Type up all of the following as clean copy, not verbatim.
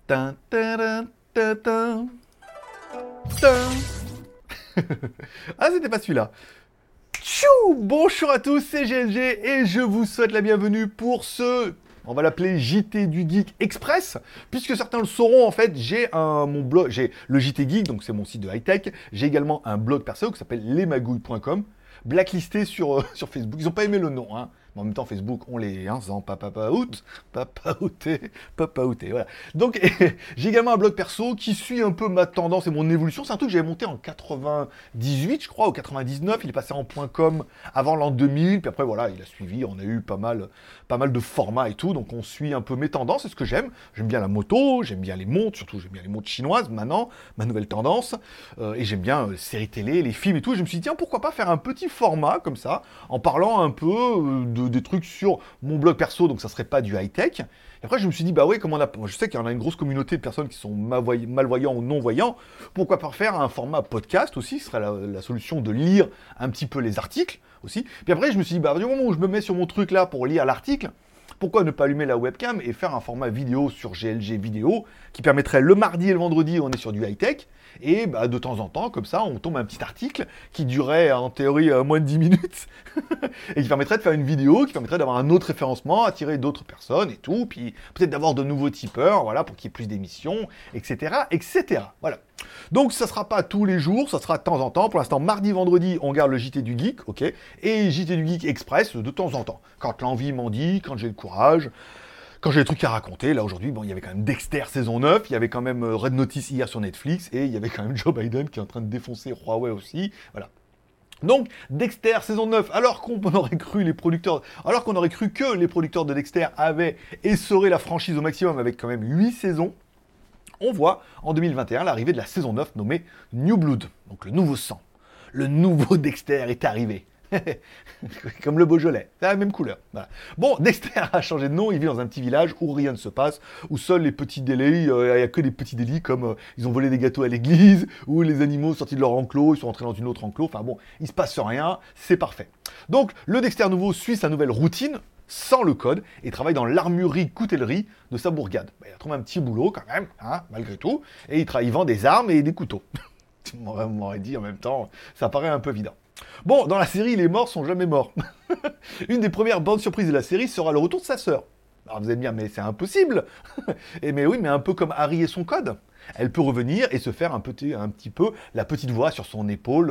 Tin, tin, tin, tin, tin. Ah, c'était pas celui-là. Tchou. Bonjour à tous, c'est GLG et je vous souhaite la bienvenue pour ce, on va l'appeler JT du Geek Express, puisque certains le sauront, en fait, mon blog, j'ai le JT Geek, donc c'est mon site de high-tech, j'ai également un blog perso qui s'appelle lesmagouilles.com, blacklisté sur Facebook. Ils ont pas aimé le nom, hein. Mais en même temps, Facebook, on les papaouté, voilà. Donc, j'ai également un blog perso qui suit un peu ma tendance et mon évolution. C'est un truc que j'avais monté en 98, je crois, ou 99. Il est passé en .com avant l'an 2000. Puis après, voilà, il a suivi. On a eu pas mal de formats et tout. Donc, on suit un peu mes tendances. C'est ce que j'aime. J'aime bien la moto, j'aime bien les montres, surtout j'aime bien les montres chinoises maintenant, ma nouvelle tendance. Et j'aime bien les séries télé, les films et tout. Et je me suis dit, tiens, pourquoi pas faire un petit format comme ça, en parlant un peu des trucs sur mon blog perso, donc ça serait pas du high-tech. Et après, je me suis dit, bah oui, je sais qu'il y en a une grosse communauté de personnes qui sont malvoyants ou non-voyants, pourquoi pas faire un format podcast aussi, ce serait la solution de lire un petit peu les articles aussi. Puis après, je me suis dit, bah du moment où je me mets sur mon truc là pour lire l'article, pourquoi ne pas allumer la webcam et faire un format vidéo sur GLG vidéo qui permettrait le mardi et le vendredi, on est sur du high-tech, et bah, de temps en temps, comme ça, on tombe un petit article qui durait en théorie moins de 10 minutes et qui permettrait de faire une vidéo, qui permettrait d'avoir un autre référencement, attirer d'autres personnes et tout, puis peut-être d'avoir de nouveaux tipeurs, voilà, pour qu'il y ait plus d'émissions, etc., etc. Voilà. Donc ça sera pas tous les jours, ça sera de temps en temps. Pour l'instant, mardi, vendredi, on garde le JT du Geek, ok, et JT du Geek Express de temps en temps. Quand l'envie m'en dit, quand j'ai le courage, quand j'ai des trucs à raconter. Là aujourd'hui, bon, il y avait quand même Dexter saison 9, il y avait quand même Red Notice hier sur Netflix, et il y avait quand même Joe Biden qui est en train de défoncer Huawei aussi, voilà. Donc, Dexter saison 9, alors qu'on aurait cru que les producteurs de Dexter avaient essoré la franchise au maximum avec quand même 8 saisons, on voit en 2021 l'arrivée de la saison 9 nommée New Blood, donc le nouveau sang. Le nouveau Dexter est arrivé. Comme le Beaujolais, c'est la même couleur. Voilà. Bon, Dexter a changé de nom, il vit dans un petit village où rien ne se passe, où seuls les petits délits, il n'y a que des petits délits comme ils ont volé des gâteaux à l'église, ou les animaux sortis de leur enclos, ils sont rentrés dans une autre enclos, enfin bon, il se passe rien, c'est parfait. Donc, le Dexter nouveau suit sa nouvelle routine, sans le code, et travaille dans l'armurerie-coutellerie de sa bourgade. Bah, il a trouvé un petit boulot quand même, hein, malgré tout, et il vend des armes et des couteaux. On m'aurait dit en même temps, ça paraît un peu évident. Bon, dans la série, les morts sont jamais morts. Une des premières bandes surprises de la série sera le retour de sa sœur. Alors vous allez me dire, mais c'est impossible. Et mais oui, mais un peu comme Harry et son code. Elle peut revenir et se faire un petit peu la petite voix sur son épaule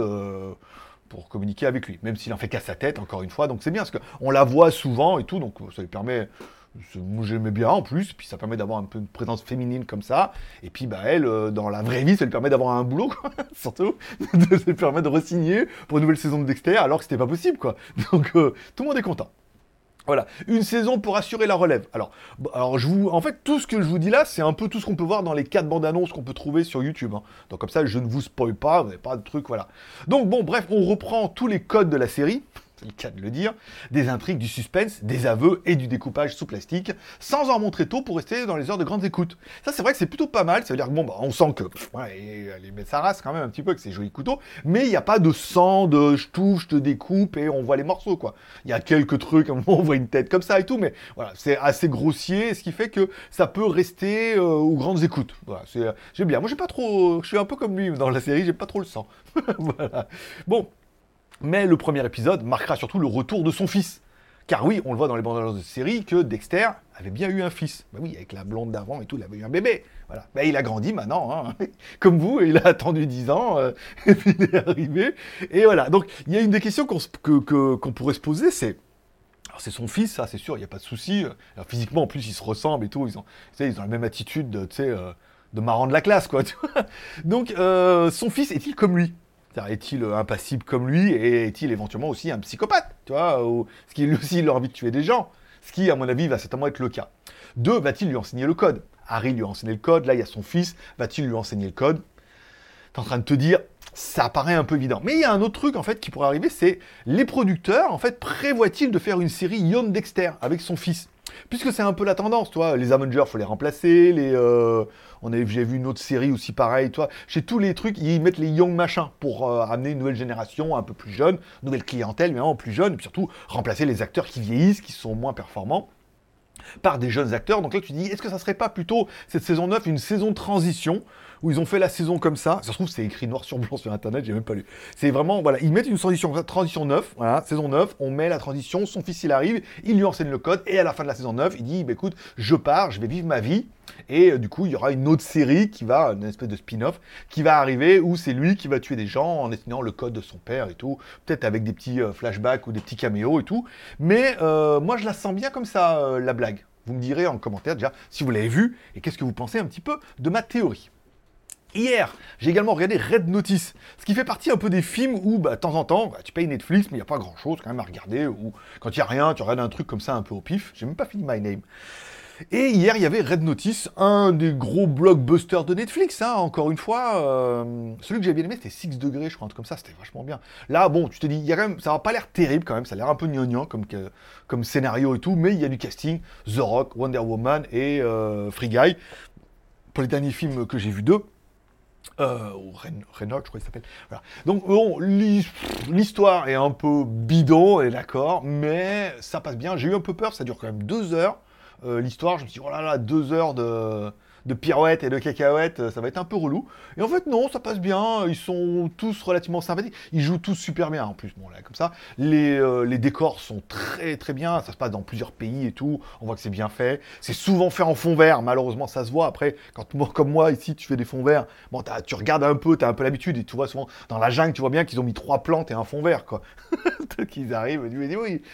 pour communiquer avec lui. Même s'il en fait qu'à sa tête, encore une fois. Donc c'est bien, parce qu'on la voit souvent et tout, donc ça lui permet... Moi j'aimais bien en plus, puis ça permet d'avoir un peu une présence féminine comme ça, et puis bah elle, dans la vraie vie, ça lui permet d'avoir un boulot, quoi, surtout, ça lui permet de re-signer pour une nouvelle saison de Dexter, alors que c'était pas possible, quoi. Donc tout le monde est content. Voilà, une saison pour assurer la relève. Alors en fait, tout ce que je vous dis là, c'est un peu tout ce qu'on peut voir dans les 4 bandes annonces qu'on peut trouver sur YouTube, hein. Donc comme ça, je ne vous spoil pas, vous n'avez pas de trucs, voilà. Donc bon, bref, on reprend tous les codes de la série, c'est le cas de le dire, des intrigues, du suspense, des aveux et du découpage sous plastique, sans en montrer tôt pour rester dans les heures de grandes écoutes. Ça, c'est vrai que c'est plutôt pas mal, ça veut dire que bon, bah, on sent que, ouais, elle met sa race quand même un petit peu avec ses jolis couteaux, mais il n'y a pas de sang, de je touche, je te découpe et on voit les morceaux, quoi. Il y a quelques trucs, à un moment, on voit une tête comme ça et tout, mais voilà, c'est assez grossier, ce qui fait que ça peut rester aux grandes écoutes. Voilà, j'aime bien. Moi, j'ai pas trop, je suis un peu comme lui dans la série, j'ai pas trop le sang. Voilà. Bon. Mais le premier épisode marquera surtout le retour de son fils. Car oui, on le voit dans les bandes annonces de série que Dexter avait bien eu un fils. Bah oui, avec la blonde d'avant et tout, il avait eu un bébé. Voilà. Bah, il a grandi maintenant, hein. Comme vous, il a attendu 10 ans, et puis il est arrivé. Et voilà. Donc, il y a une des questions qu'on pourrait se poser, c'est... Alors, c'est son fils, ça, c'est sûr, il n'y a pas de souci. Alors, physiquement, en plus, ils se ressemblent et tout. Ils ont la même attitude de marrant de la classe, quoi. Donc, son fils est-il comme lui? Est-il impassible comme lui et est-il éventuellement aussi un psychopathe, tu vois, ou ce qui lui aussi il a envie de tuer des gens, ce qui à mon avis va certainement être le cas. 2, va-t-il lui enseigner le code? Harry lui a enseigné le code, là il y a son fils, va-t-il lui enseigner le code? T'es en train de te dire, ça paraît un peu évident. Mais il y a un autre truc en fait qui pourrait arriver, c'est les producteurs en fait prévoient-ils de faire une série Young Dexter avec son fils? Puisque c'est un peu la tendance, toi, les Avengers, faut les remplacer, j'ai vu une autre série aussi pareil, toi, chez tous les trucs, ils mettent les young machins pour amener une nouvelle génération un peu plus jeune, nouvelle clientèle, mais vraiment plus jeune, et puis surtout remplacer les acteurs qui vieillissent, qui sont moins performants. par des jeunes acteurs. Donc là, tu te dis, est-ce que ça serait pas plutôt cette saison 9 une saison de transition où ils ont fait la saison comme ça? Ça se trouve, c'est écrit noir sur blanc sur Internet, j'ai même pas lu. C'est vraiment, voilà, ils mettent une transition 9, voilà, saison 9, on met la transition, son fils il arrive, il lui enseigne le code, et à la fin de la saison 9, il dit, bah, écoute, je pars, je vais vivre ma vie, et du coup, il y aura une autre série qui va, une espèce de spin-off, qui va arriver, où c'est lui qui va tuer des gens en enseignant le code de son père et tout, peut-être avec des petits flashbacks ou des petits caméos et tout, mais moi je la sens bien comme ça, la blague. Vous me direz en commentaire déjà si vous l'avez vu, et qu'est-ce que vous pensez un petit peu de ma théorie. Hier, j'ai également regardé Red Notice, ce qui fait partie un peu des films où, de temps en temps, tu payes Netflix, mais il n'y a pas grand-chose quand même à regarder, ou quand il n'y a rien, tu regardes un truc comme ça un peu au pif. J'ai même pas fini My Name. Et hier, il y avait Red Notice, un des gros blockbusters de Netflix, hein, encore une fois. Celui que j'avais bien aimé, c'était 6 degrés, je crois, un truc comme ça, c'était vachement bien. Là, bon, tu te dis, il y a quand même, ça n'a pas l'air terrible quand même, ça a l'air un peu gnangnan comme scénario et tout, mais il y a du casting, The Rock, Wonder Woman et Free Guy, pour les derniers films que j'ai vus d'eux. Renault, je crois qu'il s'appelle. Voilà. Donc bon, l'histoire est un peu bidon, et d'accord, mais ça passe bien. J'ai eu un peu peur, ça dure quand même 2 heures. L'histoire, je me suis dit, oh là là, 2 heures de pirouettes et de cacahuètes, ça va être un peu relou. Et en fait, non, ça passe bien. Ils sont tous relativement sympathiques. Ils jouent tous super bien, en plus. Bon, là, comme ça. Les décors sont très, très bien. Ça se passe dans plusieurs pays et tout. On voit que c'est bien fait. C'est souvent fait en fond vert. Malheureusement, ça se voit. Après, quand comme moi, ici, tu fais des fonds verts, bon, tu regardes un peu, tu as un peu l'habitude. Et tu vois souvent, dans la jungle, tu vois bien qu'ils ont mis 3 plantes et un fond vert, quoi. Qu'ils arrivent, tu me dis, oui,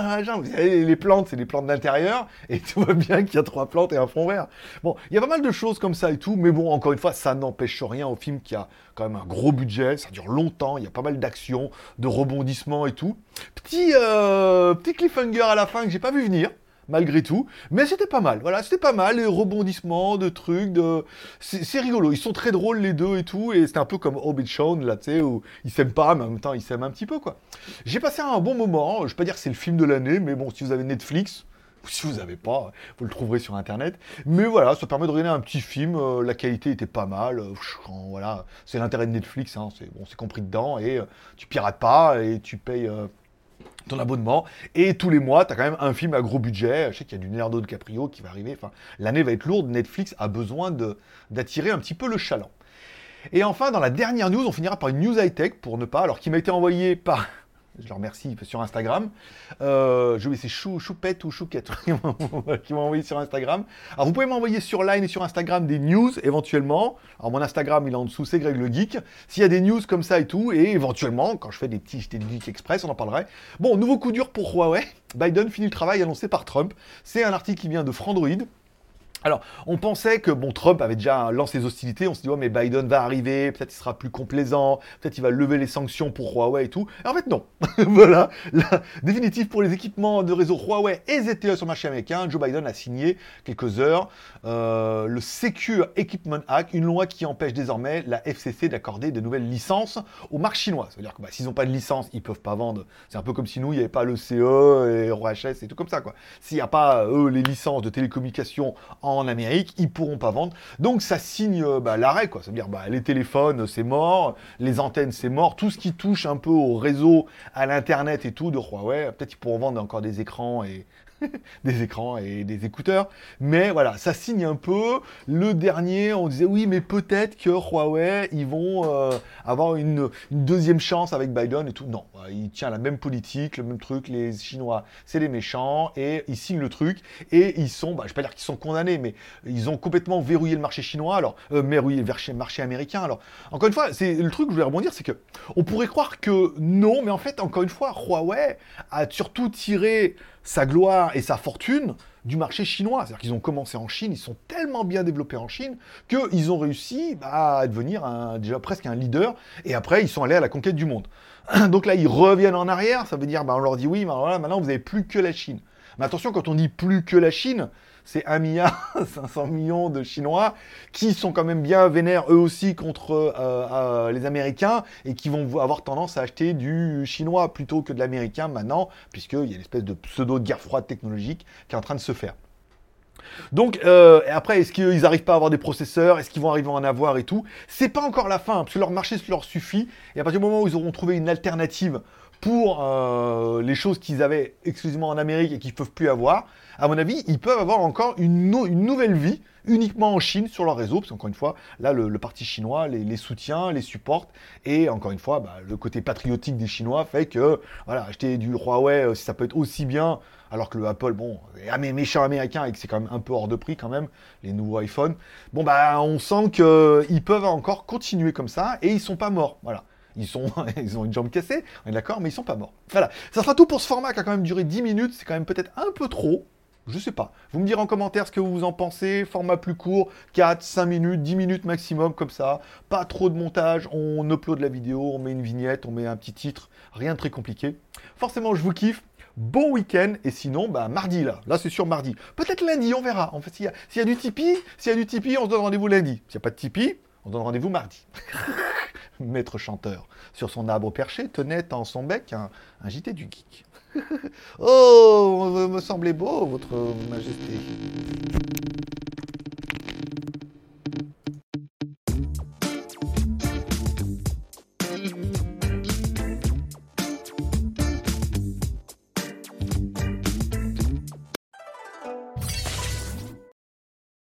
les plantes, c'est des plantes d'intérieur. Et tu vois bien qu'il y a 3 plantes et un fond vert. Bon, il y a pas mal de choses comme ça et tout, mais bon, encore une fois, ça n'empêche rien au film qui a quand même un gros budget, ça dure longtemps, il y a pas mal d'actions, de rebondissements et tout. Petit cliffhanger à la fin que j'ai pas vu venir, malgré tout, mais c'était pas mal, voilà, c'était pas mal, les rebondissements, de trucs, c'est rigolo, ils sont très drôles les deux et tout, et c'était un peu comme Hobbs et Shaun, là, tu sais, où ils s'aiment pas, mais en même temps, ils s'aiment un petit peu, quoi. J'ai passé un bon moment, je vais pas dire que c'est le film de l'année, mais bon, si vous avez Netflix, si vous n'avez pas, vous le trouverez sur internet. Mais voilà, ça permet de regarder un petit film. La qualité était pas mal. Voilà, c'est l'intérêt de Netflix. Hein, c'est compris dedans. Et tu pirates pas et tu payes ton abonnement. Et tous les mois, tu as quand même un film à gros budget. Je sais qu'il y a du Leonardo DiCaprio qui va arriver. Enfin, l'année va être lourde. Netflix a besoin d'attirer un petit peu le chaland. Et enfin, dans la dernière news, on finira par une news high-tech pour ne pas. Alors, qui m'a été envoyée par. Je le remercie sur Instagram. C'est Choupette ou Chouquette qui m'a envoyé sur Instagram. Alors vous pouvez m'envoyer sur Line et sur Instagram des news éventuellement. Alors mon Instagram il est en dessous, c'est Greg le Geek. S'il y a des news comme ça et tout, et éventuellement quand je fais des petits Geek Express, on en parlerait. Bon, nouveau coup dur pour Huawei. Biden finit le travail annoncé par Trump. C'est un article qui vient de Frandroid. Alors, on pensait que, Trump avait déjà lancé les hostilités, on s'est dit, ouais, mais Biden va arriver, peut-être il sera plus complaisant, peut-être il va lever les sanctions pour Huawei et tout. Et en fait, non. Voilà, la définitive pour les équipements de réseau Huawei et ZTE sur le marché américain, Joe Biden a signé, quelques heures, le Secure Equipment Act, une loi qui empêche désormais la FCC d'accorder de nouvelles licences aux marques chinoises. C'est-à-dire que s'ils n'ont pas de licence, ils ne peuvent pas vendre. C'est un peu comme si nous, il n'y avait pas le CE et ROHS et tout comme ça, quoi. S'il n'y a pas, eux, les licences de télécommunications en Amérique, ils pourront pas vendre. Donc ça signe l'arrêt, quoi. Ça veut dire les téléphones, c'est mort, les antennes, c'est mort, tout ce qui touche un peu au réseau, à l'internet et tout de Huawei, peut-être ils pourront vendre encore des écrans et des écouteurs, mais voilà, ça signe un peu. Le dernier, on disait oui, mais peut-être que Huawei, ils vont avoir une deuxième chance avec Biden et tout. Non, il tient la même politique, le même truc, les Chinois, c'est les méchants, et ils signent le truc, et ils sont, je vais pas dire qu'ils sont condamnés, mais ils ont complètement verrouillé le marché chinois, alors, verrouillé le marché américain, alors, encore une fois, c'est le truc que je voulais rebondir, c'est que, on pourrait croire que non, mais en fait, encore une fois, Huawei a surtout tiré sa gloire et sa fortune du marché chinois. C'est-à-dire qu'ils ont commencé en Chine, ils sont tellement bien développés en Chine qu'ils ont réussi à devenir déjà presque un leader, et après ils sont allés à la conquête du monde. Donc là ils reviennent en arrière, ça veut dire on leur dit oui, voilà, maintenant vous n'avez plus que la Chine. Mais attention, quand on dit plus que la Chine, c'est 1,5 milliard de Chinois qui sont quand même bien vénères eux aussi contre les Américains et qui vont avoir tendance à acheter du chinois plutôt que de l'américain maintenant, puisqu'il y a une espèce de pseudo-guerre froide technologique qui est en train de se faire. Donc, après, est-ce qu'ils n'arrivent pas à avoir des processeurs? Est-ce qu'ils vont arriver à en avoir et tout? C'est pas encore la fin, parce que leur marché leur suffit. Et à partir du moment où ils auront trouvé une alternative pour les choses qu'ils avaient exclusivement en Amérique et qu'ils ne peuvent plus avoir, à mon avis, ils peuvent avoir encore une nouvelle vie uniquement en Chine sur leur réseau, parce qu'encore une fois, là, le parti chinois les soutient, les supporte, et encore une fois, le côté patriotique des Chinois fait que, voilà, acheter du Huawei, si ça peut être aussi bien, alors que le Apple, bon, est méchant américain et que c'est quand même un peu hors de prix quand même, les nouveaux iPhones, bon, on sent qu'ils peuvent encore continuer comme ça, et ils sont pas morts, voilà. Ils ont une jambe cassée, on est d'accord, mais ils sont pas morts. Voilà, ça sera tout pour ce format qui a quand même duré 10 minutes, c'est quand même peut-être un peu trop. Je sais pas. Vous me direz en commentaire ce que vous en pensez. Format plus court, 4, 5 minutes, 10 minutes maximum, comme ça. Pas trop de montage. On upload la vidéo, on met une vignette, on met un petit titre. Rien de très compliqué. Forcément, je vous kiffe. Bon week-end. Et sinon, mardi, là. Là, c'est sûr, mardi. Peut-être lundi, on verra. En fait, s'il y a du Tipeee, on se donne rendez-vous lundi. S'il n'y a pas de Tipeee, on se donne rendez-vous mardi. Maître chanteur. Sur son arbre perché, tenait en son bec un JT du geek. Oh, me semblait beau, votre majesté.